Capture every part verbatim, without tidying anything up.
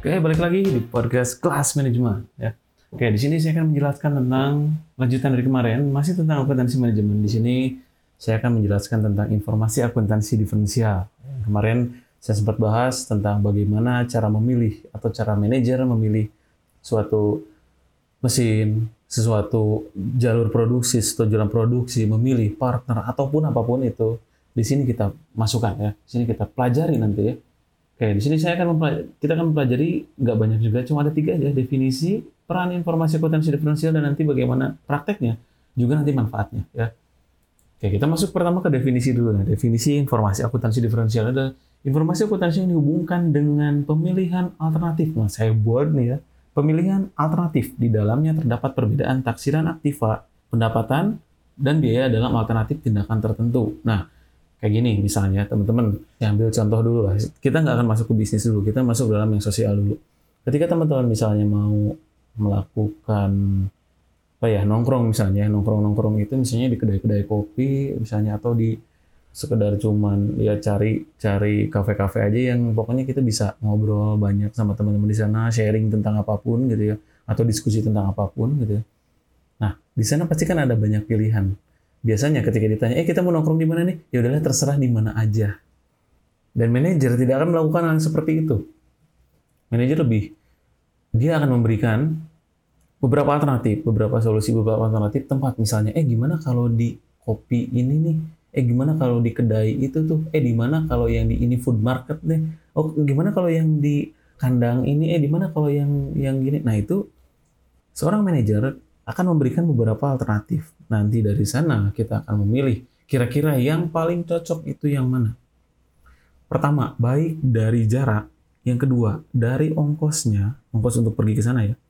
Oke, balik lagi di podcast Kelas Manajemen ya. Oke, di sini saya akan menjelaskan tentang lanjutan dari kemarin, masih tentang akuntansi manajemen. Di sini saya akan menjelaskan tentang informasi akuntansi diferensial. Kemarin saya sempat bahas tentang bagaimana cara memilih atau cara manajer memilih suatu mesin, sesuatu jalur produksi, atau jalan produksi, memilih partner ataupun apapun itu. Di sini kita masukkan ya. Di sini kita pelajari nanti ya. Oke, di sini saya akan mempelajari, kita akan mempelajari nggak banyak juga, cuma ada tiga aja, definisi, peran informasi akuntansi diferensial, dan nanti bagaimana prakteknya, juga nanti manfaatnya. Ya. Oke, kita masuk pertama ke definisi dulu. Nah, definisi informasi akuntansi diferensial adalah informasi akuntansi yang dihubungkan dengan pemilihan alternatif. Nah, saya buat nih ya, pemilihan alternatif. Di dalamnya terdapat perbedaan taksiran aktiva, pendapatan, dan biaya dalam alternatif tindakan tertentu. Nah, kayak gini misalnya teman-teman, ya ambil contoh dulu lah. Kita nggak akan masuk ke bisnis dulu, kita masuk dalam yang sosial dulu. Ketika teman-teman misalnya mau melakukan apa ya, nongkrong misalnya, nongkrong-nongkrong itu misalnya di kedai-kedai kopi misalnya, atau di sekedar cuman ya cari cari kafe-kafe aja yang pokoknya kita bisa ngobrol banyak sama teman-teman di sana, sharing tentang apapun gitu ya, atau diskusi tentang apapun gitu ya. Nah, di sana pasti kan ada banyak pilihan. Biasanya ketika ditanya, eh kita mau nongkrong di mana nih? Ya udahlah, terserah di mana aja. Dan manajer tidak akan melakukan hal seperti itu. Manajer lebih, dia akan memberikan beberapa alternatif, beberapa solusi, beberapa alternatif tempat. Misalnya, eh gimana kalau di kopi ini nih? Eh gimana kalau di kedai itu tuh? Eh di mana kalau yang di ini food market deh? Oh gimana kalau yang di kandang ini? Eh di mana kalau yang yang gini? Nah itu seorang manajer akan memberikan beberapa alternatif. Nanti dari sana kita akan memilih kira-kira yang paling cocok itu yang mana. Pertama, baik dari jarak. Yang kedua, dari ongkosnya, ongkos untuk pergi ke sana ya.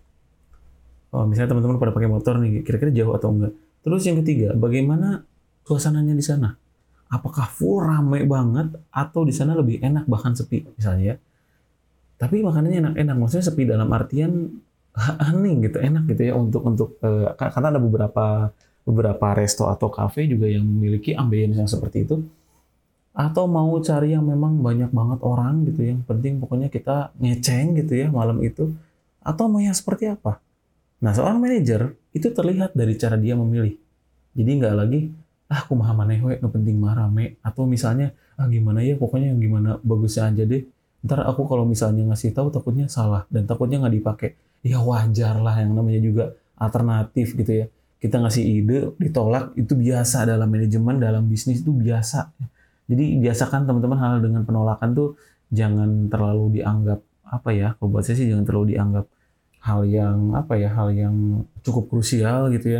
Oh, misalnya teman-teman pada pakai motor nih, kira-kira jauh atau enggak. Terus yang ketiga, bagaimana suasananya di sana? Apakah full rame banget atau di sana lebih enak bahkan sepi misalnya ya. Tapi makanannya enak-enak, maksudnya sepi dalam artian hening gitu, enak gitu ya untuk untuk uh, karena ada beberapa beberapa resto atau kafe juga yang memiliki ambience yang seperti itu. Atau mau cari yang memang banyak banget orang gitu, yang penting pokoknya kita ngeceng gitu ya malam itu, atau mau yang seperti apa. Nah, seorang manajer itu terlihat dari cara dia memilih. Jadi nggak lagi ah aku mah manehwe no penting mah rame, atau misalnya ah gimana ya pokoknya yang gimana bagusnya aja deh. Ntar aku kalau misalnya ngasih tahu takutnya salah dan takutnya nggak dipakai. Ya wajar lah, yang namanya juga alternatif gitu ya. Kita ngasih ide, ditolak, itu biasa dalam manajemen, dalam bisnis itu biasa. Jadi biasakan teman-teman hal dengan penolakan tuh jangan terlalu dianggap apa ya, kalau buat saya sih jangan terlalu dianggap hal yang apa ya, hal yang cukup krusial gitu ya.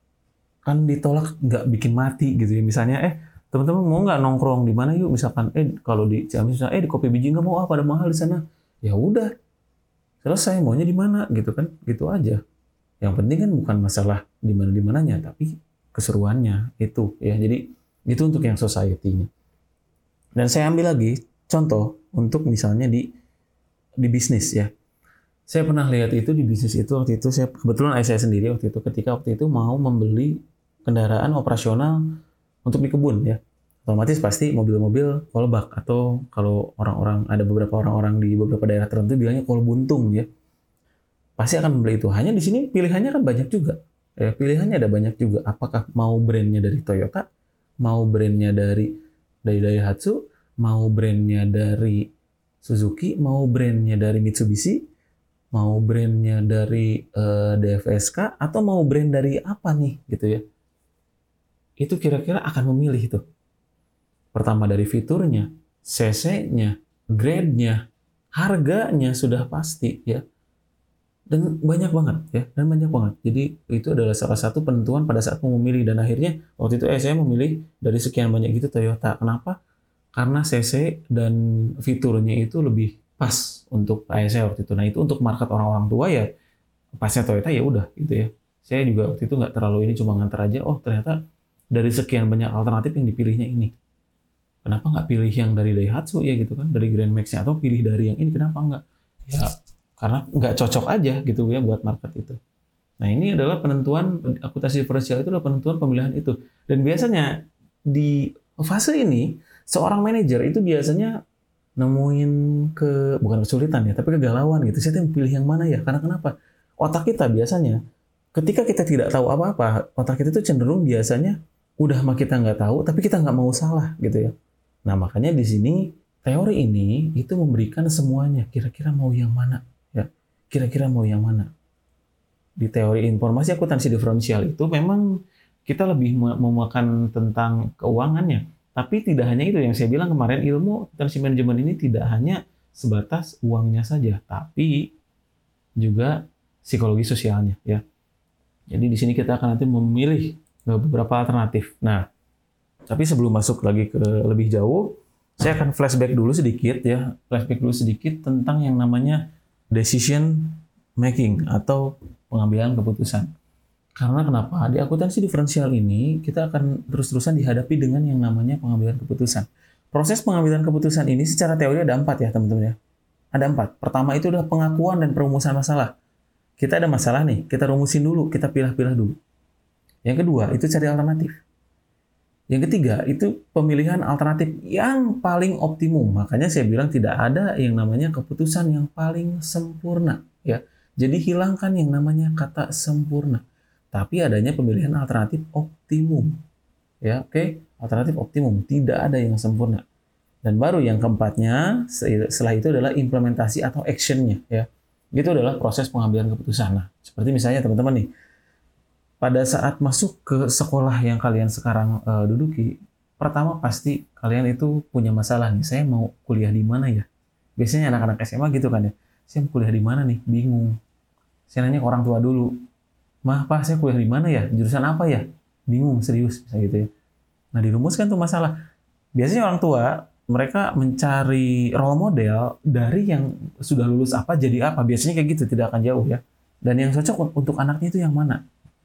Kan ditolak nggak bikin mati gitu ya. Misalnya eh teman-teman mau nggak nongkrong di mana yuk, misalkan eh kalau di Ciamis misalnya, eh di Kopi Biji nggak mau, ah pada mahal di sana. Ya udah. Selesai, maunya di mana gitu kan, gitu aja. Yang penting kan bukan masalah di mana di mananya, tapi keseruannya itu ya. Jadi itu untuk yang society-nya. Dan saya ambil lagi contoh untuk misalnya di di bisnis ya. Saya pernah lihat itu di bisnis itu waktu itu saya kebetulan saya sendiri waktu itu ketika waktu itu mau membeli kendaraan operasional untuk di kebun ya. Otomatis pasti mobil-mobil kolbak, atau kalau orang-orang ada beberapa orang-orang di beberapa daerah tertentu bilangnya kol buntung ya. Pasti akan membeli itu. Hanya di sini pilihannya kan banyak juga. Ya, pilihannya ada banyak juga. Apakah mau brandnya dari Toyota, mau brandnya dari dari Daihatsu, mau brandnya dari Suzuki, mau brandnya dari Mitsubishi, mau brandnya dari uh, D F S K, atau mau brand dari apa nih gitu ya. Itu kira-kira akan memilih itu. Pertama dari fiturnya, C C-nya, grade-nya, harganya sudah pasti ya. Dan banyak banget ya, dan banyak banget. Jadi itu adalah salah satu penentuan pada saat mau memilih, dan akhirnya waktu itu eh, saya memilih dari sekian banyak gitu Toyota. Kenapa? Karena C C dan fiturnya itu lebih pas untuk saya waktu itu. Nah, itu untuk market orang-orang tua ya, pasnya Toyota ya udah gitu ya. Saya juga waktu itu nggak terlalu ini, cuma nganter aja. Oh, ternyata dari sekian banyak alternatif yang dipilihnya ini. Kenapa nggak pilih yang dari Daihatsu ya gitu kan, dari Grand Max-nya, atau pilih dari yang ini, kenapa nggak? Ya karena nggak cocok aja gitu ya buat market itu. Nah ini adalah penentuan akuntansi diferensial, itu adalah penentuan pemilihan itu. Dan biasanya di fase ini seorang manajer itu biasanya nemuin ke bukan kesulitan ya, tapi kegalauan gitu. Saya tuh pilih yang mana ya? Karena kenapa? Otak kita biasanya ketika kita tidak tahu apa-apa, otak kita tuh cenderung biasanya udah mah kita nggak tahu, tapi kita nggak mau salah gitu ya. Nah makanya di sini teori ini itu memberikan semuanya. Kira-kira mau yang mana? Ya, kira-kira mau yang mana? Di teori informasi akuntansi diferensial itu memang kita lebih memakan tentang keuangannya. Tapi tidak hanya itu yang saya bilang kemarin, ilmu akuntansi manajemen ini tidak hanya sebatas uangnya saja, tapi juga psikologi sosialnya ya. Jadi di sini kita akan nanti memilih beberapa alternatif. Nah, tapi sebelum masuk lagi ke lebih jauh, saya akan flashback dulu sedikit ya, flashback dulu sedikit tentang yang namanya decision making atau pengambilan keputusan. Karena kenapa? Di akuntansi diferensial ini kita akan terus-terusan dihadapi dengan yang namanya pengambilan keputusan. Proses pengambilan keputusan ini secara teori ada empat ya teman-teman ya. Ada empat. Pertama itu adalah pengakuan dan perumusan masalah. Kita ada masalah nih, kita rumusin dulu, kita pilah-pilah dulu. Yang kedua itu cari alternatif. Yang ketiga itu pemilihan alternatif yang paling optimum. Makanya saya bilang tidak ada yang namanya keputusan yang paling sempurna ya. Jadi hilangkan yang namanya kata sempurna. Tapi adanya pemilihan alternatif optimum. Ya, oke, okay? Alternatif optimum, tidak ada yang sempurna. Dan baru yang keempatnya, setelah itu adalah implementasi atau action-nya ya. Itu adalah proses pengambilan keputusan. Nah, seperti misalnya teman-teman nih, pada saat masuk ke sekolah yang kalian sekarang uh, duduki, pertama pasti kalian itu punya masalah nih, saya mau kuliah di mana ya? Biasanya anak-anak S M A gitu kan ya, saya mau kuliah di mana nih? Bingung. Saya nanya ke orang tua dulu, Mah, Pak, saya kuliah di mana ya? Jurusan apa ya? Bingung, serius, misalnya gitu ya. Nah, dirumuskan tuh masalah. Biasanya orang tua, mereka mencari role model dari yang sudah lulus apa, jadi apa. Biasanya kayak gitu, tidak akan jauh ya. Dan yang cocok untuk anaknya itu yang mana?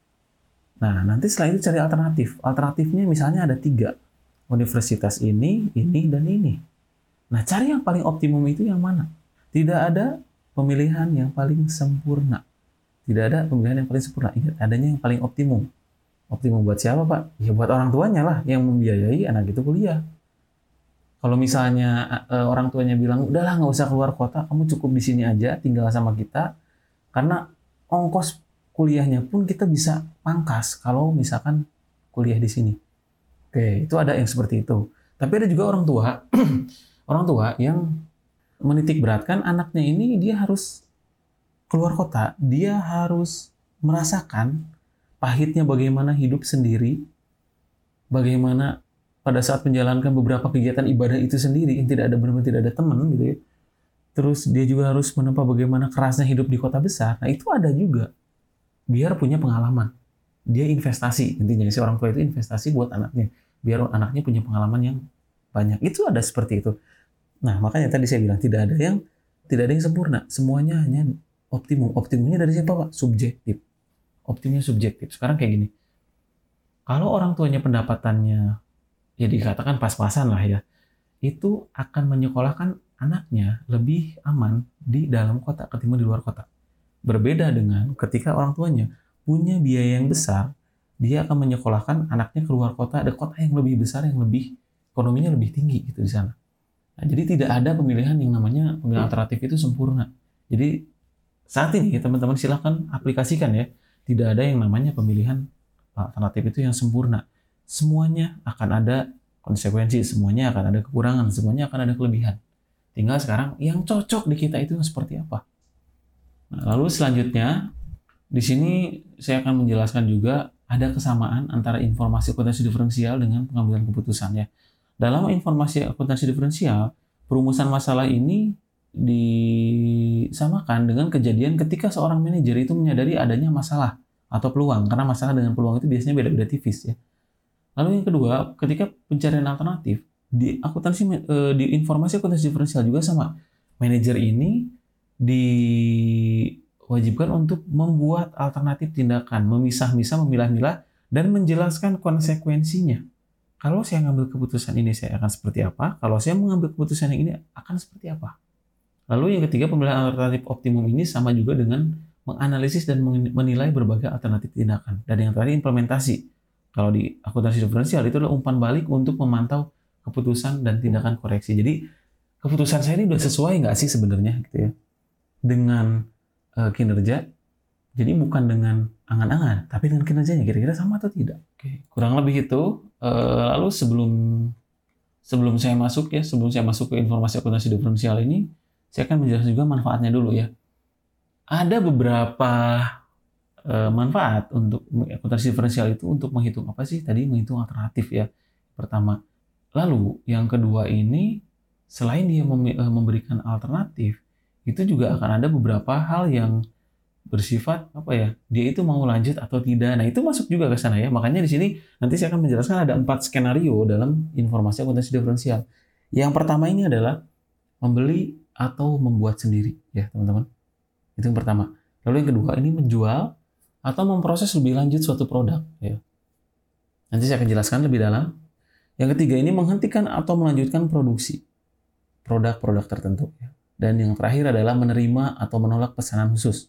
Nah, nanti setelah itu cari alternatif. Alternatifnya misalnya ada tiga. Universitas ini, ini, dan ini. Nah, cari yang paling optimum itu yang mana? Tidak ada pemilihan yang paling sempurna. Tidak ada pemilihan yang paling sempurna. Ingat, adanya yang paling optimum. Optimum buat siapa, Pak? Ya buat orang tuanya lah yang membiayai anak itu kuliah. Kalau misalnya uh, orang tuanya bilang, udahlah nggak usah keluar kota, kamu cukup di sini aja, tinggal sama kita. Karena ongkos kuliahnya pun kita bisa pangkas kalau misalkan kuliah di sini. Oke, itu ada yang seperti itu. Tapi ada juga orang tua, orang tua yang menitik beratkan anaknya ini dia harus keluar kota, dia harus merasakan pahitnya bagaimana hidup sendiri, bagaimana pada saat menjalankan beberapa kegiatan ibadah itu sendiri, yang tidak ada benar-benar tidak ada teman gitu ya. Terus dia juga harus menempa bagaimana kerasnya hidup di kota besar. Nah itu ada juga, biar punya pengalaman. Dia investasi, intinya si orang tua itu investasi buat anaknya, biar anaknya punya pengalaman yang banyak. Itu ada seperti itu. Nah makanya tadi saya bilang tidak ada yang tidak ada yang sempurna, semuanya hanya optimum. Optimumnya dari siapa, Pak? Subjektif. Optimumnya subjektif. Sekarang kayak gini. Kalau orang tuanya pendapatannya ya dikatakan pas-pasan lah ya, itu akan menyekolahkan anaknya lebih aman di dalam kota ketimbang di luar kota. Berbeda dengan ketika orang tuanya punya biaya yang besar, dia akan menyekolahkan anaknya ke luar kota, ada kota yang lebih besar, yang lebih ekonominya lebih tinggi gitu di sana. Nah, jadi tidak ada pemilihan yang namanya pemilihan alternatif itu sempurna. Jadi saat ini teman-teman silahkan aplikasikan ya. Tidak ada yang namanya pemilihan alternatif itu yang sempurna. Semuanya akan ada konsekuensi, semuanya akan ada kekurangan, semuanya akan ada kelebihan. Tinggal sekarang yang cocok di kita itu seperti apa. Nah, lalu selanjutnya di sini saya akan menjelaskan juga ada kesamaan antara informasi akuntansi diferensial dengan pengambilan keputusan ya. Dalam informasi akuntansi diferensial, perumusan masalah ini disamakan dengan kejadian ketika seorang manajer itu menyadari adanya masalah atau peluang, karena masalah dengan peluang itu biasanya beda-beda tipis ya. Lalu yang kedua, ketika pencarian alternatif di akuntansi di informasi akuntansi diferensial juga sama. Manajer ini diwajibkan untuk membuat alternatif tindakan, memisah-misah, memilah-milah dan menjelaskan konsekuensinya. Kalau saya mengambil keputusan ini saya akan seperti apa? Kalau saya mengambil keputusan yang ini akan seperti apa? Lalu yang ketiga, pemilihan alternatif optimum ini sama juga dengan menganalisis dan menilai berbagai alternatif tindakan. Dan yang terakhir implementasi. Kalau di akuntansi diferensial itu adalah umpan balik untuk memantau keputusan dan tindakan koreksi. Jadi keputusan saya ini udah sesuai nggak sih sebenarnya gitu ya dengan uh, kinerja. Jadi bukan dengan angan-angan, tapi dengan kinerjanya kira-kira sama atau tidak. Oke, kurang lebih itu. Uh, lalu sebelum sebelum saya masuk ya, sebelum saya masuk ke informasi akuntansi diferensial ini, saya akan menjelaskan juga manfaatnya dulu ya. Ada beberapa uh, manfaat untuk akuntansi diferensial itu untuk menghitung apa sih? Tadi menghitung alternatif ya. Pertama. Lalu yang kedua ini, selain dia memberikan alternatif, itu juga akan ada beberapa hal yang bersifat apa ya, dia itu mau lanjut atau tidak. Nah itu masuk juga ke sana ya. Makanya di sini nanti saya akan menjelaskan ada empat skenario dalam informasi akuntansi diferensial. Yang pertama ini adalah membeli atau membuat sendiri ya teman-teman. Itu yang pertama. Lalu yang kedua ini menjual atau memproses lebih lanjut suatu produk ya. Nanti saya akan jelaskan lebih dalam. Yang ketiga ini menghentikan atau melanjutkan produksi produk-produk tertentu ya. Dan yang terakhir adalah menerima atau menolak pesanan khusus.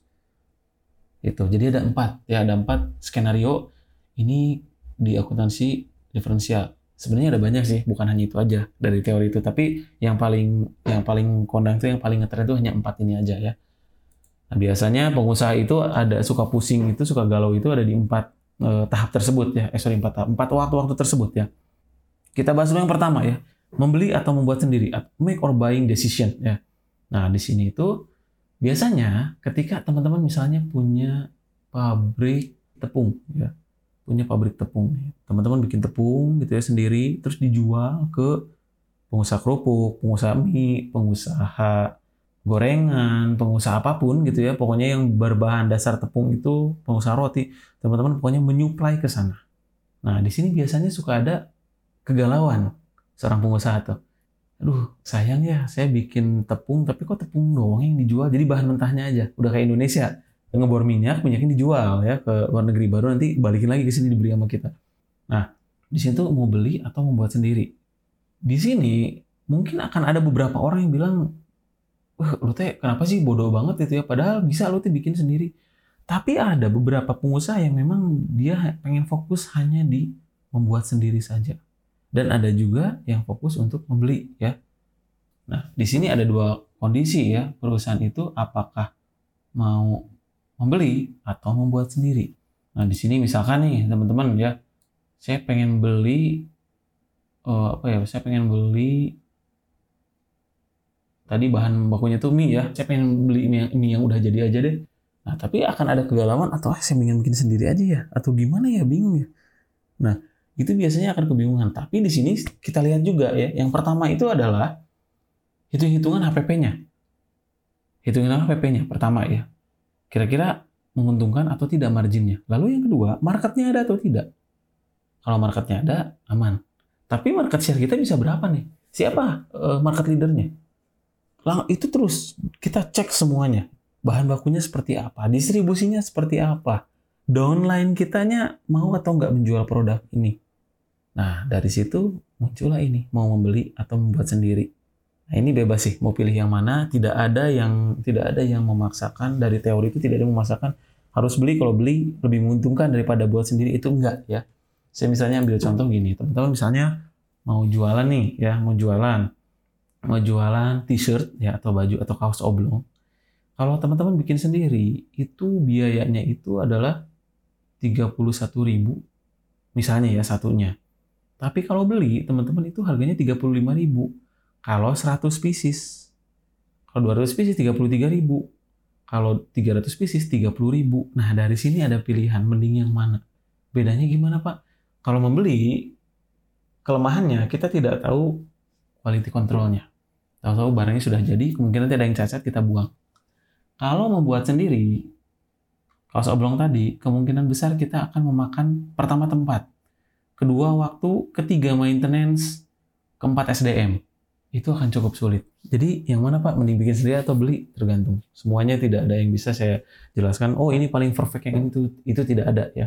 Itu. Jadi ada empat, ya ada empat skenario ini di akuntansi diferensial. Sebenarnya ada banyak sih, bukan hanya itu aja dari teori itu. Tapi yang paling yang paling kondang itu, yang paling ngetren itu hanya empat ini aja ya. Nah, biasanya pengusaha itu ada suka pusing itu, suka galau itu ada di empat eh, tahap tersebut ya. Eh sorry empat tahap, empat waktu-waktu tersebut ya. Kita bahas dulu yang pertama ya, membeli atau membuat sendiri, make or buying decision ya. Nah di sini itu biasanya ketika teman-teman misalnya punya pabrik tepung ya, punya pabrik tepung, teman-teman bikin tepung gitu ya sendiri, terus dijual ke pengusaha kerupuk, pengusaha mie, pengusaha gorengan, pengusaha apapun gitu ya, pokoknya yang berbahan dasar tepung itu, pengusaha roti, teman-teman pokoknya menyuplai ke sana. Nah di sini biasanya suka ada kegalauan seorang pengusaha tuh. Aduh, sayang ya, saya bikin tepung, tapi kok tepung doang yang dijual? Jadi bahan mentahnya aja. Udah kayak Indonesia, ngebor minyak, minyaknya dijual ya ke luar negeri, baru nanti balikin lagi ke sini dibeli sama kita. Nah, di sini tuh mau beli atau membuat sendiri. Di sini mungkin akan ada beberapa orang yang bilang, wah, lu teh kenapa sih bodoh banget itu ya? Padahal bisa lu teh bikin sendiri. Tapi ada beberapa pengusaha yang memang dia pengen fokus hanya di membuat sendiri saja. Dan ada juga yang fokus untuk membeli ya. Nah, di sini ada dua kondisi ya, perusahaan itu apakah mau membeli atau membuat sendiri. Nah, di sini misalkan nih teman-teman ya, saya pengen beli uh, apa ya? Saya pengen beli tadi bahan bakunya tuh mie ya. Saya pengen beli mie yang, mie yang udah jadi aja deh. Nah, tapi akan ada kegalauan atau ah, saya pengen bikin sendiri aja ya, atau gimana ya, bingung ya. Nah, itu biasanya akan kebingungan. Tapi di sini kita lihat juga ya, yang pertama itu adalah hitung-hitungan H P P-nya. Hitung-hitungan H P P-nya pertama ya. Kira-kira menguntungkan atau tidak marginnya. Lalu yang kedua, marketnya ada atau tidak. Kalau marketnya ada, aman. Tapi market share kita bisa berapa nih? Siapa uh, market leadernya? Lalu itu terus kita cek semuanya. Bahan bakunya seperti apa? Distribusinya seperti apa? Downline kitanya mau atau nggak menjual produk ini? Nah, dari situ muncullah ini, mau membeli atau membuat sendiri. Nah, ini bebas sih, mau pilih yang mana, tidak ada yang tidak ada yang memaksakan, dari teori itu tidak ada yang memaksakan harus beli, kalau beli lebih menguntungkan daripada buat sendiri, itu enggak ya. Saya misalnya ambil contoh gini, teman-teman misalnya mau jualan nih ya, mau jualan, mau jualan t-shirt ya atau baju atau kaos oblong. Kalau teman-teman bikin sendiri, itu biayanya itu adalah tiga puluh satu ribu misalnya ya satunya. Tapi kalau beli, teman-teman itu harganya tiga puluh lima ribu. Kalau seratus pieces. Kalau dua ratus pieces tiga puluh tiga ribu. Kalau tiga ratus pieces tiga puluh ribu. Nah, dari sini ada pilihan mending yang mana. Bedanya gimana, Pak? Kalau membeli, kelemahannya kita tidak tahu quality control-nya. Tahu-tahu barangnya sudah jadi, kemungkinan nanti ada yang cacat, kita buang. Kalau membuat sendiri, kaos oblong tadi, kemungkinan besar kita akan memakan pertama tempat, kedua waktu, ketiga maintenance, keempat S D M. Itu akan cukup sulit. Jadi yang mana Pak? Mending bikin sendiri atau beli? Tergantung. Semuanya tidak ada yang bisa saya jelaskan, oh ini paling perfect yang itu. Itu tidak ada ya.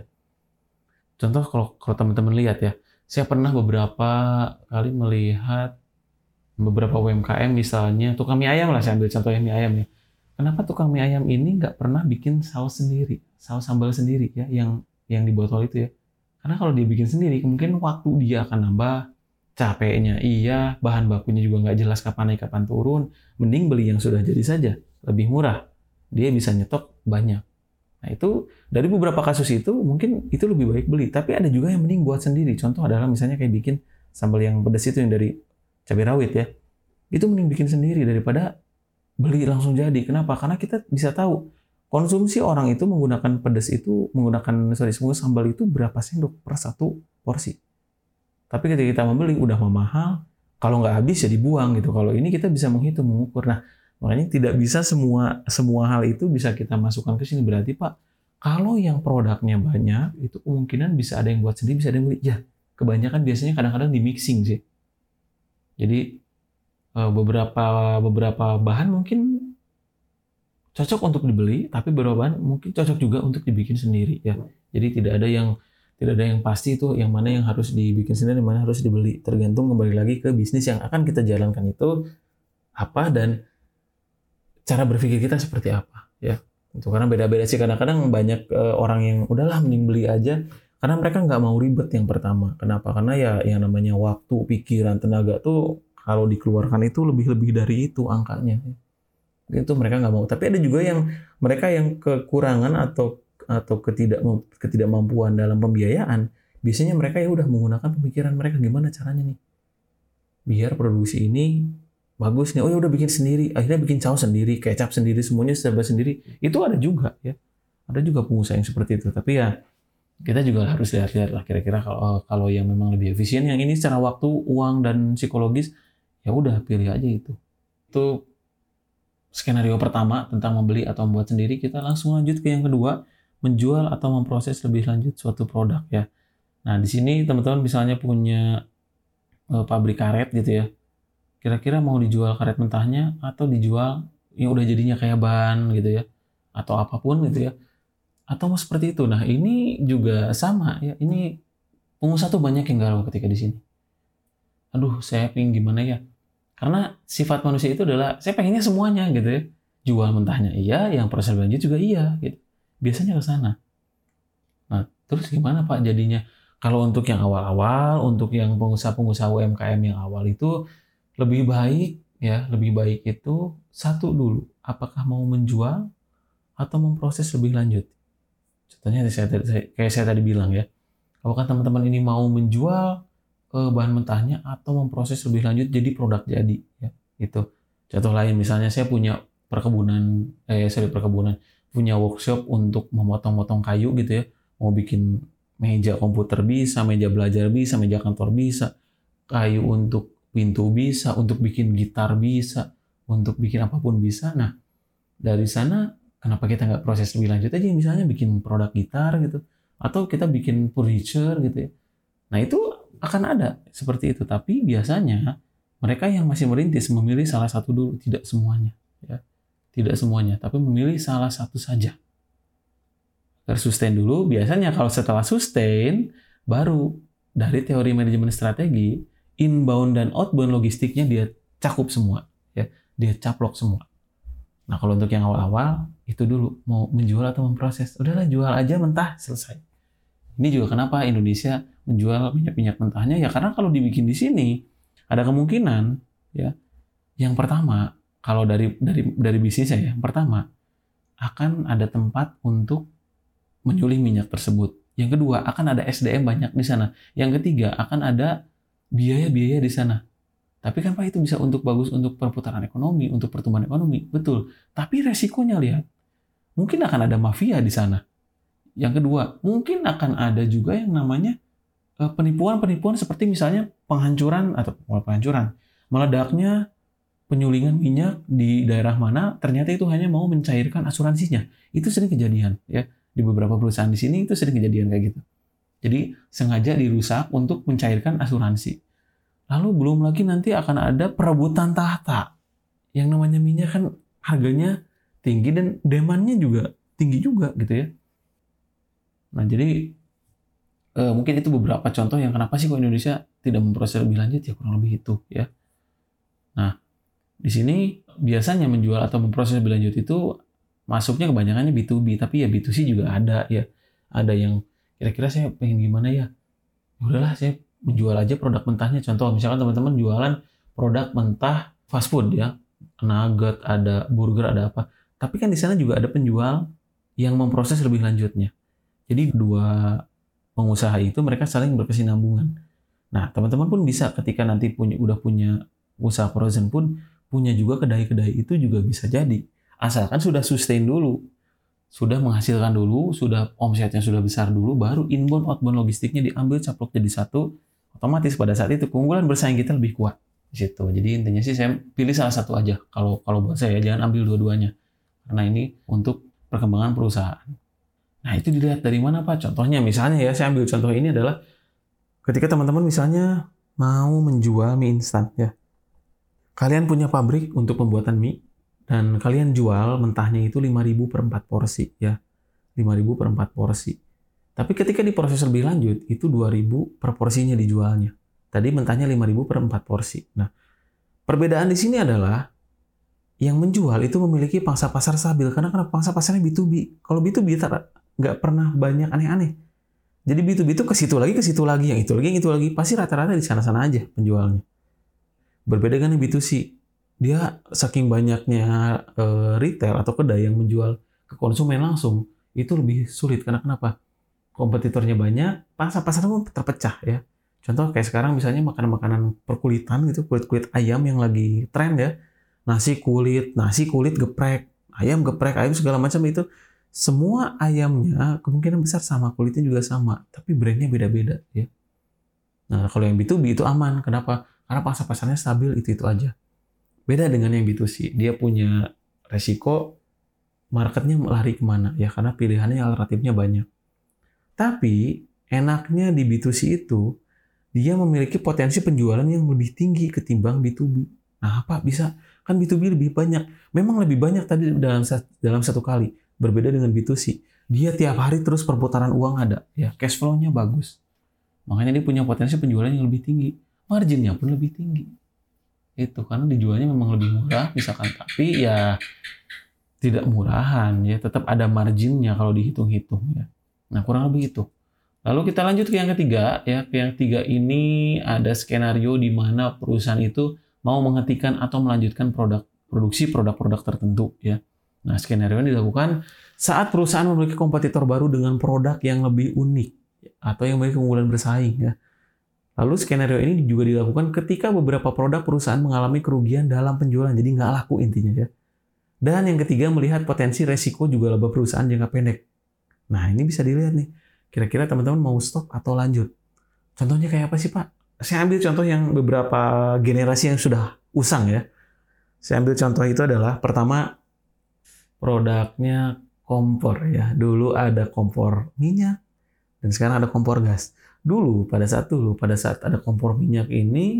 Contoh kalau, kalau teman-teman lihat ya, saya pernah beberapa kali melihat beberapa U M K M misalnya, tukang mie ayam lah, saya ambil contohnya mie ayam ya. Kenapa tukang mie ayam ini nggak pernah bikin saus sendiri, saus sambal sendiri ya, yang yang di botol itu ya? Karena kalau dia bikin sendiri, kemungkinan waktu dia akan nambah, capeknya iya, bahan bakunya juga nggak jelas kapan naik kapan turun, mending beli yang sudah jadi saja, lebih murah. Dia bisa nyetok banyak. Nah itu dari beberapa kasus itu mungkin itu lebih baik beli, tapi ada juga yang mending buat sendiri. Contoh adalah misalnya kayak bikin sambal yang pedas itu yang dari cabai rawit ya, itu mending bikin sendiri daripada beli langsung jadi. Kenapa? Karena kita bisa tahu konsumsi orang itu menggunakan pedas itu, menggunakan sorry, menggunakan sambal itu berapa sendok per satu porsi. Tapi ketika kita membeli udah mahal, kalau nggak habis ya dibuang gitu. Kalau ini kita bisa menghitung, mengukur. Nah, makanya tidak bisa semua semua hal itu bisa kita masukkan ke sini. Berarti Pak, kalau yang produknya banyak, itu kemungkinan bisa ada yang buat sendiri, bisa ada yang beli. Ya, kebanyakan biasanya kadang-kadang di mixing sih. Jadi beberapa beberapa bahan mungkin cocok untuk dibeli, tapi beberapa bahan mungkin cocok juga untuk dibikin sendiri ya. Jadi tidak ada yang tidak ada yang pasti itu yang mana yang harus dibikin sendiri, yang mana harus dibeli. Tergantung kembali lagi ke bisnis yang akan kita jalankan itu apa dan cara berpikir kita seperti apa ya. Itu karena beda-beda sih, kadang-kadang banyak uh, orang yang udahlah mending beli aja karena mereka nggak mau ribet yang pertama. Kenapa? Karena ya yang namanya waktu, pikiran, tenaga tuh kalau dikeluarkan itu lebih-lebih dari itu angkanya. Itu mereka nggak mau. Tapi ada juga yang mereka yang kekurangan atau atau ketidak ketidakmampuan dalam pembiayaan, biasanya mereka ya udah menggunakan pemikiran mereka gimana caranya nih biar produksi ini bagus nih. Oh ya udah bikin sendiri, akhirnya bikin saus sendiri, kecap sendiri, semuanya serba sendiri. Itu ada juga ya. Ada juga pengusaha yang seperti itu. Tapi ya kita juga harus lihat-lihat lah kira-kira kalau kalau yang memang lebih efisien, yang ini secara waktu, uang dan psikologis, ya udah pilih aja itu. Itu skenario pertama tentang membeli atau membuat sendiri. Kita langsung lanjut ke yang kedua, menjual atau memproses lebih lanjut suatu produk ya. Nah, di sini teman-teman misalnya punya uh, pabrik karet gitu ya. Kira-kira mau dijual karet mentahnya atau dijual yang udah jadinya kayak ban gitu ya. Atau apapun gitu ya. Atau mau seperti itu. Nah, ini juga sama ya. Ini pengusaha tuh banyak yang galau ketika di sini. Aduh, saya pengen gimana ya? Karena sifat manusia itu adalah saya pengennya semuanya gitu ya. Jual mentahnya iya, yang proses lanjut juga iya gitu. Biasanya ke sana. Nah, terus gimana Pak jadinya? Kalau untuk yang awal-awal, untuk yang pengusaha-pengusaha U M K M yang awal itu lebih baik ya, lebih baik itu satu dulu, apakah mau menjual atau memproses lebih lanjut. Contohnya saya, saya, kayak saya tadi bilang ya, apakah teman-teman ini mau menjual eh, bahan mentahnya atau memproses lebih lanjut jadi produk jadi ya, itu. Contoh lain misalnya saya punya perkebunan, eh sorry perkebunan, punya workshop untuk memotong-motong kayu gitu ya, mau bikin meja komputer bisa, meja belajar bisa, meja kantor bisa, kayu untuk pintu bisa, untuk bikin gitar bisa, untuk bikin apapun bisa. Nah, dari sana kenapa kita nggak proses lebih lanjut aja, misalnya bikin produk gitar gitu, atau kita bikin furniture gitu ya. Nah, itu akan ada seperti itu, tapi biasanya mereka yang masih merintis memilih salah satu dulu, tidak semuanya ya. Tidak semuanya, tapi memilih salah satu saja. Harus sustain dulu. Biasanya kalau setelah sustain, baru dari teori manajemen strategi, inbound dan outbound logistiknya dia cakup semua. Ya, dia caplok semua. Nah kalau untuk yang awal-awal, itu dulu. Mau menjual atau memproses. Udahlah jual aja mentah, selesai. Ini juga kenapa Indonesia menjual minyak-minyak mentahnya. Ya karena kalau dibikin di sini, ada kemungkinan, ya yang pertama, kalau dari dari dari bisnisnya ya, pertama akan ada tempat untuk menyulih minyak tersebut. Yang kedua akan ada S D M banyak di sana. Yang ketiga akan ada biaya-biaya di sana. Tapi kan Pak itu bisa untuk bagus untuk perputaran ekonomi, untuk pertumbuhan ekonomi, betul. Tapi resikonya lihat, mungkin akan ada mafia di sana. Yang kedua mungkin akan ada juga yang namanya penipuan-penipuan seperti misalnya penghancuran atau penghancuran, meledaknya penyulingan minyak di daerah mana, ternyata itu hanya mau mencairkan asuransinya. Itu sering kejadian ya. Di beberapa perusahaan di sini itu sering kejadian kayak gitu. Jadi sengaja dirusak untuk mencairkan asuransi. Lalu belum lagi nanti akan ada perebutan tahta. Yang namanya minyak kan harganya tinggi dan demand-nya juga tinggi juga gitu ya. Nah jadi eh, mungkin itu beberapa contoh yang kenapa sih kok Indonesia tidak memproses lebih lanjut ya, kurang lebih itu ya. Nah di sini biasanya menjual atau memproses lebih lanjut itu masuknya kebanyakannya B to B, tapi ya B to C juga ada ya. Ada yang kira-kira saya pengen gimana ya? Udahlah saya menjual aja produk mentahnya. Contoh, misalkan teman-teman jualan produk mentah fast food ya, nugget, ada burger, ada apa. Tapi kan di sana juga ada penjual yang memproses lebih lanjutnya. Jadi dua pengusaha itu mereka saling berkesinambungan. Nah, teman-teman pun bisa ketika nanti punya udah punya usaha frozen pun punya juga kedai-kedai itu juga bisa jadi. Asalkan sudah sustain dulu. Sudah menghasilkan dulu, sudah omsetnya sudah besar dulu, baru inbound outbound logistiknya diambil caplok jadi satu, otomatis pada saat itu keunggulan bersaing kita lebih kuat di situ. Jadi intinya sih saya pilih salah satu aja. Kalau kalau buat saya jangan ambil dua-duanya. Karena ini untuk perkembangan perusahaan. Nah, itu dilihat dari mana, Pak? Contohnya misalnya ya, saya ambil contoh ini adalah ketika teman-teman misalnya mau menjual mie instan ya. Kalian punya pabrik untuk pembuatan mie dan kalian jual mentahnya itu lima ribu per empat porsi ya. lima ribu per empat porsi. Tapi ketika diproses lebih lanjut itu dua ribu per porsinya dijualnya. Tadi mentahnya lima ribu per empat porsi. Nah, perbedaan di sini adalah yang menjual itu memiliki pangsa pasar stabil karena karena pangsa pasarnya B to B. Kalau B to B nggak pernah banyak aneh-aneh. Jadi B to B itu ke situ lagi, ke situ lagi, yang itu lagi, yang itu lagi. Pasti rata-rata di sana-sana aja penjualnya. Berbeda dengan yang B to C. Dia saking banyaknya uh, retail atau kedai yang menjual ke konsumen langsung, itu lebih sulit. Karena kenapa? Kompetitornya banyak, pangsa pasarnya pun terpecah ya. Contoh kayak sekarang misalnya makanan-makanan perkulitan gitu, kulit-kulit ayam yang lagi tren ya. Nasi kulit, nasi kulit geprek, ayam geprek, ayam segala macam itu. Semua ayamnya kemungkinan besar sama, kulitnya juga sama, tapi brandnya beda-beda ya. Nah, kalau yang B to B itu aman. Kenapa? Karena pangsa pasarnya stabil, itu-itu aja. Beda dengan yang B to C, dia punya resiko marketnya lari kemana ya, karena pilihannya alternatifnya banyak. Tapi enaknya di B to C itu dia memiliki potensi penjualan yang lebih tinggi ketimbang B to B. Nah, apa bisa? Kan B to B lebih banyak. Memang lebih banyak tadi dalam dalam satu kali. Berbeda dengan B to C. Dia tiap hari terus perputaran uang ada, ya, cash flow-nya bagus. Makanya dia punya potensi penjualan yang lebih tinggi. Marginnya pun lebih tinggi. Itu karena dijualnya memang lebih murah misalkan, tapi ya tidak murahan ya, tetap ada marginnya kalau dihitung-hitung ya. Nah, kurang lebih itu. Lalu kita lanjut ke yang ketiga ya. Ke yang ketiga ini ada skenario di mana perusahaan itu mau menghentikan atau melanjutkan produk produksi produk-produk tertentu ya. Nah, skenario ini dilakukan saat perusahaan memiliki kompetitor baru dengan produk yang lebih unik atau yang memiliki keunggulan bersaing ya. Lalu skenario ini juga dilakukan ketika beberapa produk perusahaan mengalami kerugian dalam penjualan, jadi nggak laku intinya ya. Dan yang ketiga, melihat potensi resiko juga laba perusahaan jangka pendek. Nah, ini bisa dilihat nih, kira-kira teman-teman mau stop atau lanjut. Contohnya kayak apa sih, Pak? Saya ambil contoh yang beberapa generasi yang sudah usang ya. Saya ambil contoh itu adalah, pertama, produknya kompor ya. Dulu ada kompor minyak, dan sekarang ada kompor gas. Dulu, pada saat dulu, pada saat ada kompor minyak ini,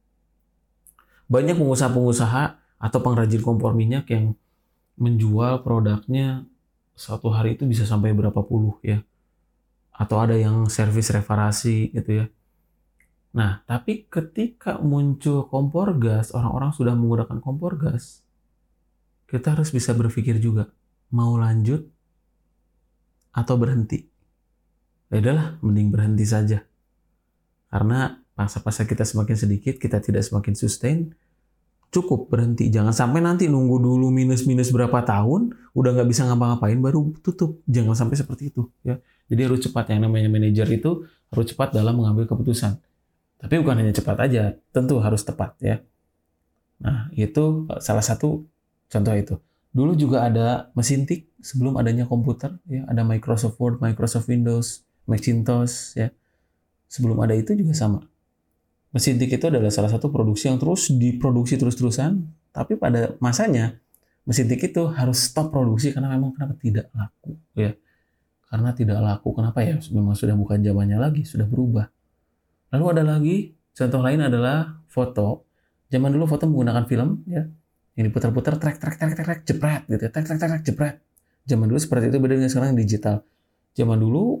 banyak pengusaha-pengusaha atau pengrajin kompor minyak yang menjual produknya satu hari itu bisa sampai berapa puluh ya. Atau ada yang servis reparasi gitu ya. Nah, tapi ketika muncul kompor gas, orang-orang sudah menggunakan kompor gas, kita harus bisa berpikir juga, mau lanjut atau berhenti. Ya udahlah, mending berhenti saja. Karena pangsa pasar kita semakin sedikit, kita tidak semakin sustain, cukup berhenti. Jangan sampai nanti nunggu dulu minus-minus berapa tahun, udah nggak bisa ngapa-ngapain, baru tutup. Jangan sampai seperti itu. Ya. Jadi harus cepat. Yang namanya manajer itu harus cepat dalam mengambil keputusan. Tapi bukan hanya cepat aja, tentu harus tepat. Ya. Nah, itu salah satu contoh itu. Dulu juga ada mesin tik sebelum adanya komputer. Ya. Ada Microsoft Word, Microsoft Windows, Macintosh ya. Sebelum ada itu juga sama. Mesin tik itu adalah salah satu produksi yang terus diproduksi terus-terusan, tapi pada masanya mesin tik itu harus stop produksi karena memang kenapa tidak laku ya. Karena tidak laku kenapa ya? Memang sudah bukan zamannya lagi, sudah berubah. Lalu ada lagi contoh lain adalah foto. Zaman dulu foto menggunakan film ya. Yang diputar-putar trek trek trek trek jepret gitu ya. Trek trek trek jepret. Zaman dulu seperti itu, beda dengan sekarang digital. Zaman dulu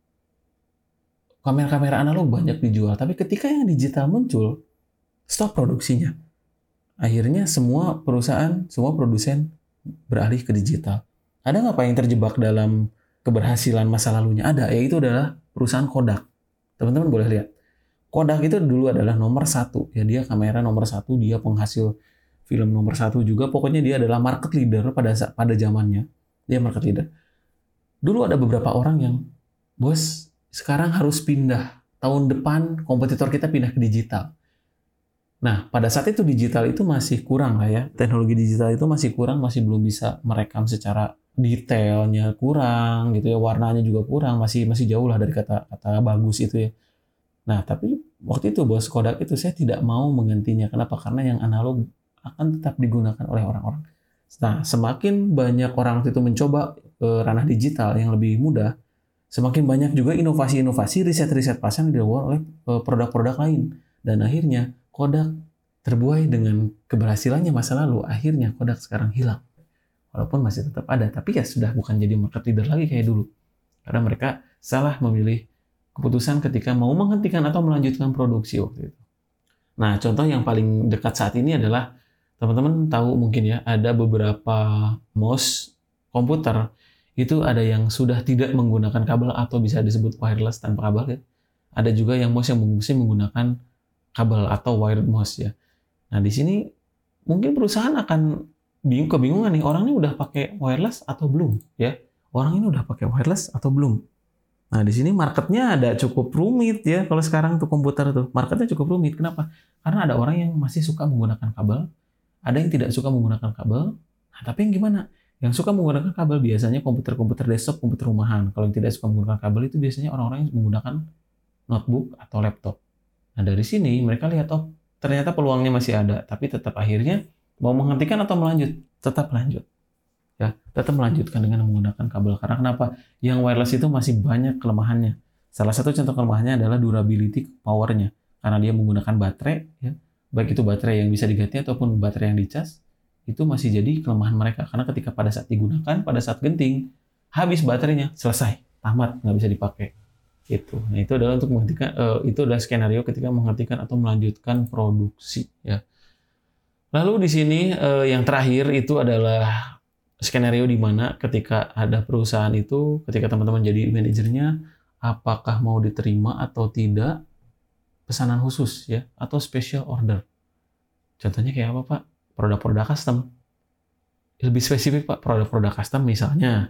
kamera-kamera analog banyak dijual, tapi ketika yang digital muncul, stop produksinya. Akhirnya semua perusahaan, semua produsen beralih ke digital. Ada nggak Pak yang terjebak dalam keberhasilan masa lalunya? Ada, yaitu adalah perusahaan Kodak. Teman-teman boleh lihat. Kodak itu dulu adalah nomor satu, ya dia kamera nomor satu, dia penghasil film nomor satu juga. Pokoknya dia adalah market leader pada pada zamannya. Dia market leader. Dulu ada beberapa orang yang, bos, sekarang harus pindah. Tahun depan kompetitor kita pindah ke digital. Nah, pada saat itu digital itu masih kurang lah ya. Teknologi digital itu masih kurang, masih belum bisa merekam secara detailnya kurang gitu ya, warnanya juga kurang, masih masih jauh lah dari kata kata bagus itu ya. Nah, tapi waktu itu bos, Kodak itu saya tidak mau menggantinya. Kenapa? Karena yang analog akan tetap digunakan oleh orang-orang. Nah, semakin banyak orang waktu itu mencoba eh, ranah digital yang lebih mudah, semakin banyak juga inovasi-inovasi, riset-riset pasang dilakukan oleh eh, produk-produk lain. Dan akhirnya Kodak terbuai dengan keberhasilannya masa lalu. Akhirnya Kodak sekarang hilang. Walaupun masih tetap ada, tapi ya sudah bukan jadi market leader lagi kayak dulu. Karena mereka salah memilih keputusan ketika mau menghentikan atau melanjutkan produksi waktu itu. Nah, contoh yang paling dekat saat ini adalah, teman-teman tahu mungkin ya, ada beberapa mouse komputer, itu ada yang sudah tidak menggunakan kabel atau bisa disebut wireless tanpa kabel ya. Ada juga yang mouse yang mesti menggunakan kabel atau wired mouse ya. Nah, di sini mungkin perusahaan akan bingung kebingungan nih, orang ini udah pakai wireless atau belum ya? Orang ini udah pakai wireless atau belum? Nah, di sini marketnya ada cukup rumit ya. Kalau sekarang tuh komputer tuh, marketnya cukup rumit. Kenapa? Karena ada orang yang masih suka menggunakan kabel, ada yang tidak suka menggunakan kabel. Nah, tapi yang gimana? Yang suka menggunakan kabel biasanya komputer-komputer desktop, komputer rumahan. Kalau yang tidak suka menggunakan kabel itu biasanya orang-orang yang menggunakan notebook atau laptop. Nah, dari sini mereka lihat, oh ternyata peluangnya masih ada, tapi tetap akhirnya mau menghentikan atau melanjut? Tetap lanjut. Ya, tetap melanjutkan dengan menggunakan kabel. Karena kenapa? Yang wireless itu masih banyak kelemahannya. Salah satu contoh kelemahannya adalah durability powernya. Karena dia menggunakan baterai, ya, baik itu baterai yang bisa diganti ataupun baterai yang dicas, itu masih jadi kelemahan mereka. Karena ketika pada saat digunakan, pada saat genting, habis baterainya, selesai, tamat, nggak bisa dipakai. Itu. Nah, itu adalah untuk menghentikan, uh, itu adalah skenario ketika menghentikan atau melanjutkan produksi. Ya. Lalu di sini uh, yang terakhir itu adalah skenario di mana ketika ada perusahaan itu, ketika teman-teman jadi manajernya, apakah mau diterima atau tidak pesanan khusus ya, atau special order. Contohnya kayak apa Pak? Produk-produk custom. Lebih spesifik Pak, produk-produk custom misalnya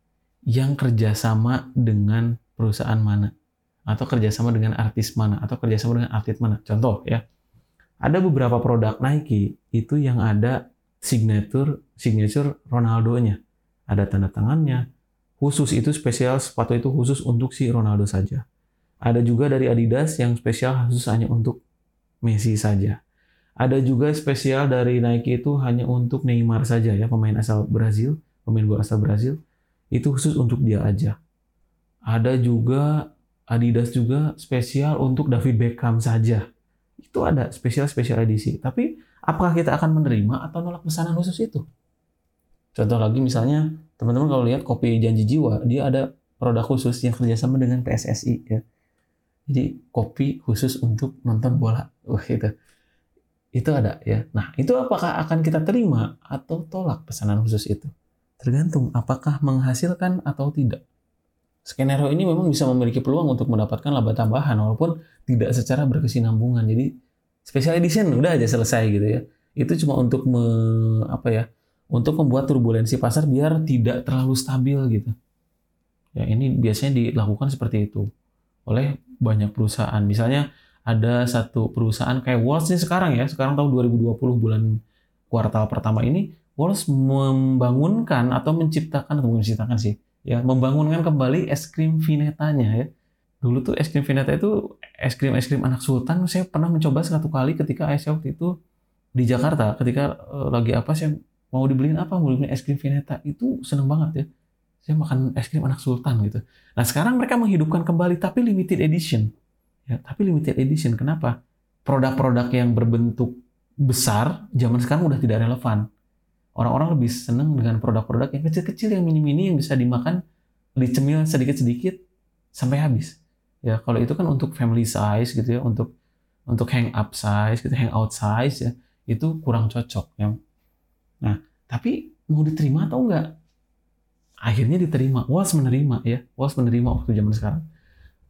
yang kerjasama dengan perusahaan mana, atau kerjasama dengan artis mana, atau kerjasama dengan atlet mana. Contoh ya, ada beberapa produk Nike itu yang ada signature signature Ronaldo-nya. Ada tanda tangannya. Khusus itu spesial, sepatu itu khusus untuk si Ronaldo saja. Ada juga dari Adidas yang spesial khusus hanya untuk Messi saja. Ada juga spesial dari Nike itu hanya untuk Neymar saja ya, pemain asal Brazil, pemain bola asal Brazil. Itu khusus untuk dia aja. Ada juga Adidas juga spesial untuk David Beckham saja. Itu ada spesial-spesial edisi. Tapi apakah kita akan menerima atau nolak pesanan khusus itu? Contoh lagi misalnya, teman-teman kalau lihat kopi Janji Jiwa, dia ada produk khusus yang kerjasama dengan P S S I. Ya. Jadi kopi khusus untuk nonton bola. Wah itu. Itu ada ya. Nah itu apakah akan kita terima atau tolak pesanan khusus itu? Tergantung apakah menghasilkan atau tidak. Skenario ini memang bisa memiliki peluang untuk mendapatkan laba tambahan walaupun tidak secara berkesinambungan. Jadi special edition udah aja selesai gitu ya. Itu cuma untuk me, apa ya? Untuk membuat turbulensi pasar biar tidak terlalu stabil gitu. Ya, ini biasanya dilakukan seperti itu oleh banyak perusahaan. Misalnya ada satu perusahaan kayak Walls nih sekarang ya, sekarang tahun dua ribu dua puluh bulan kuartal pertama ini Walls membangunkan atau menciptakan atau menciptakan sih ya, membangunkan kembali es krim Vineta-nya ya. Dulu tuh es krim Vineta itu es krim-es krim anak sultan. Saya pernah mencoba satu kali ketika saya waktu itu di Jakarta. Ketika uh, lagi apa saya mau dibeliin apa, mau dibeliin es krim Vineta. Itu seneng banget ya. Saya makan es krim anak sultan gitu. Nah sekarang mereka menghidupkan kembali tapi limited edition. Ya, tapi limited edition. Kenapa? Produk-produk yang berbentuk besar zaman sekarang udah tidak relevan. Orang-orang lebih seneng dengan produk-produk yang kecil-kecil, yang mini-mini, yang bisa dimakan, dicemil sedikit-sedikit sampai habis. Ya, kalau itu kan untuk family size gitu ya, untuk untuk hang up size, gitu, hang out size ya, itu kurang cocok ya. Nah, tapi mau diterima atau enggak? Akhirnya diterima. Walls menerima ya, Walls menerima waktu zaman sekarang.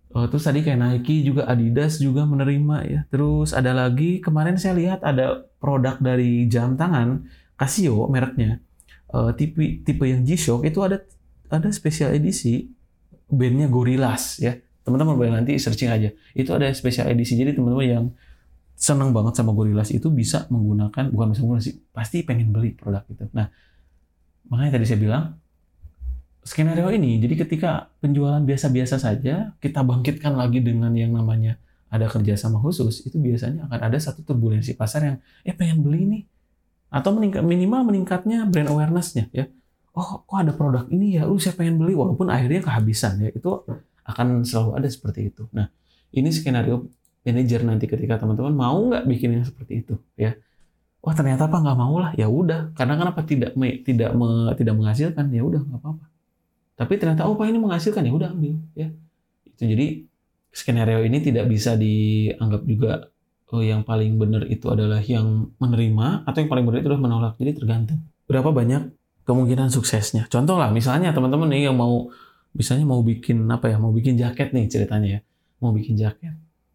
Uh, terus tadi kayak Nike juga, Adidas juga menerima ya. Terus ada lagi kemarin saya lihat ada produk dari jam tangan Casio mereknya, uh, tipe tipe yang G-Shock itu ada ada spesial edisi bandnya Gorillaz ya. Teman-teman boleh nanti searching aja. Itu ada spesial edisi. Jadi teman-teman yang senang banget sama Gorillaz itu bisa menggunakan, bukan bisa menggunakan sih, pasti pengen beli produk itu. Nah, makanya tadi saya bilang skenario ini, jadi ketika penjualan biasa-biasa saja, kita bangkitkan lagi dengan yang namanya ada kerjasama khusus, itu biasanya akan ada satu turbulensi pasar yang, eh pengen beli nih. Atau meningkat, minimal meningkatnya brand awareness-nya ya. Oh, kok ada produk ini ya, uh saya pengen beli, walaupun akhirnya kehabisan ya. Itu akan selalu ada seperti itu. Nah, ini skenario manajer nanti ketika teman-teman mau nggak bikin yang seperti itu ya. Wah ternyata apa nggak mau lah, ya udah. Karena kenapa tidak tidak tidak menghasilkan, ya udah nggak apa-apa. Tapi ternyata oh pak ini menghasilkan, ya udah ambil ya. Itu jadi skenario ini tidak bisa dianggap juga oh, yang paling benar itu adalah yang menerima atau yang paling benar itu adalah menolak. Jadi tergantung berapa banyak kemungkinan suksesnya. Contoh lah misalnya teman-teman nih yang mau misalnya mau bikin apa ya, mau bikin jaket nih ceritanya ya. Mau bikin jaket.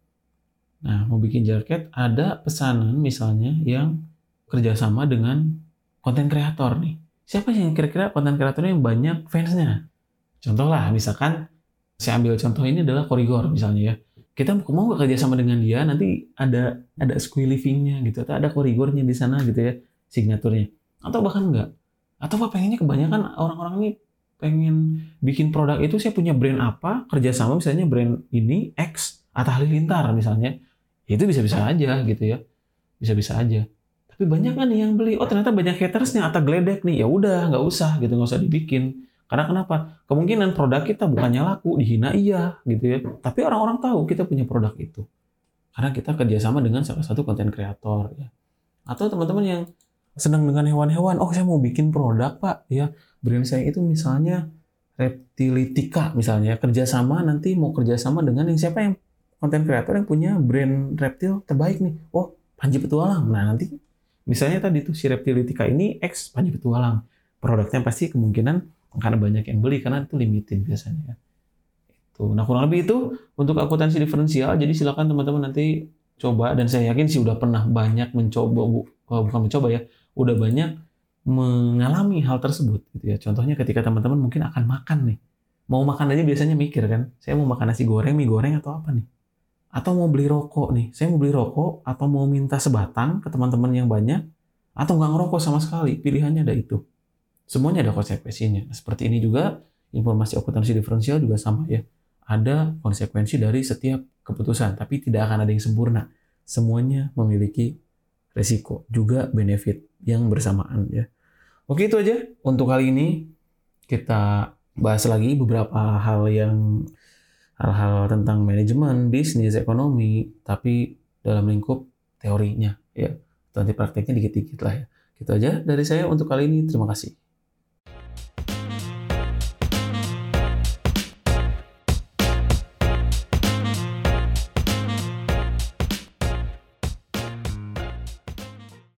Nah, mau bikin jaket ada pesanan misalnya yang kerjasama dengan konten kreator nih. Siapa yang kira-kira konten kreatornya yang banyak fansnya? Contoh lah, misalkan saya ambil contoh ini adalah Korigor misalnya ya. Kita mau nggak kerja sama dengan dia, nanti ada ada squee livingnya gitu, atau ada Korigornya di sana gitu ya, signaturnya. Atau bahkan enggak. Atau apa pengennya kebanyakan orang-orang ini pengen bikin produk itu, saya punya brand apa, kerja sama misalnya brand ini, X, Atta Halilintar misalnya. Itu bisa-bisa aja gitu ya. Bisa-bisa aja. Tapi banyak kan nih yang beli, oh ternyata banyak hatersnya, Atta geledek nih, ya udah nggak usah gitu, nggak usah dibikin. Karena kenapa? Kemungkinan produk kita bukannya laku, dihina iya gitu ya. Tapi orang-orang tahu kita punya produk itu. Karena kita kerjasama dengan salah satu konten kreator ya. Atau teman-teman yang senang dengan hewan-hewan, oh saya mau bikin produk pak ya. Brand saya itu misalnya Reptilitika misalnya, kerjasama nanti mau kerjasama dengan yang siapa yang konten kreator yang punya brand reptil terbaik nih. Oh Panji Petualang. Nah nanti misalnya tadi tuh si Reptilitika ini X Panji Petualang. Produknya pasti kemungkinan karena banyak yang beli karena itu limited biasanya. Itu. Nah kurang lebih itu untuk akuntansi diferensial. Jadi silakan teman-teman nanti coba, dan saya yakin sih udah pernah banyak mencoba, bukan mencoba ya, udah banyak mengalami hal tersebut gitu ya. Contohnya ketika teman-teman mungkin akan makan nih, mau makan aja biasanya mikir kan, saya mau makan nasi goreng, mie goreng atau apa nih? Atau mau beli rokok nih, saya mau beli rokok atau mau minta sebatang ke teman-teman yang banyak, atau nggak ngerokok sama sekali, pilihannya ada itu. Semuanya ada konsekuensinya. Nah, seperti ini juga informasi akuntansi diferensial juga sama ya. Ada konsekuensi dari setiap keputusan, tapi tidak akan ada yang sempurna. Semuanya memiliki resiko, juga benefit yang bersamaan ya. Oke, itu aja untuk kali ini. Kita bahas lagi beberapa hal yang hal-hal tentang manajemen, bisnis, ekonomi, tapi dalam lingkup teorinya ya. Nanti prakteknya dikit-dikit lah ya. Gitu aja dari saya untuk kali ini. Terima kasih.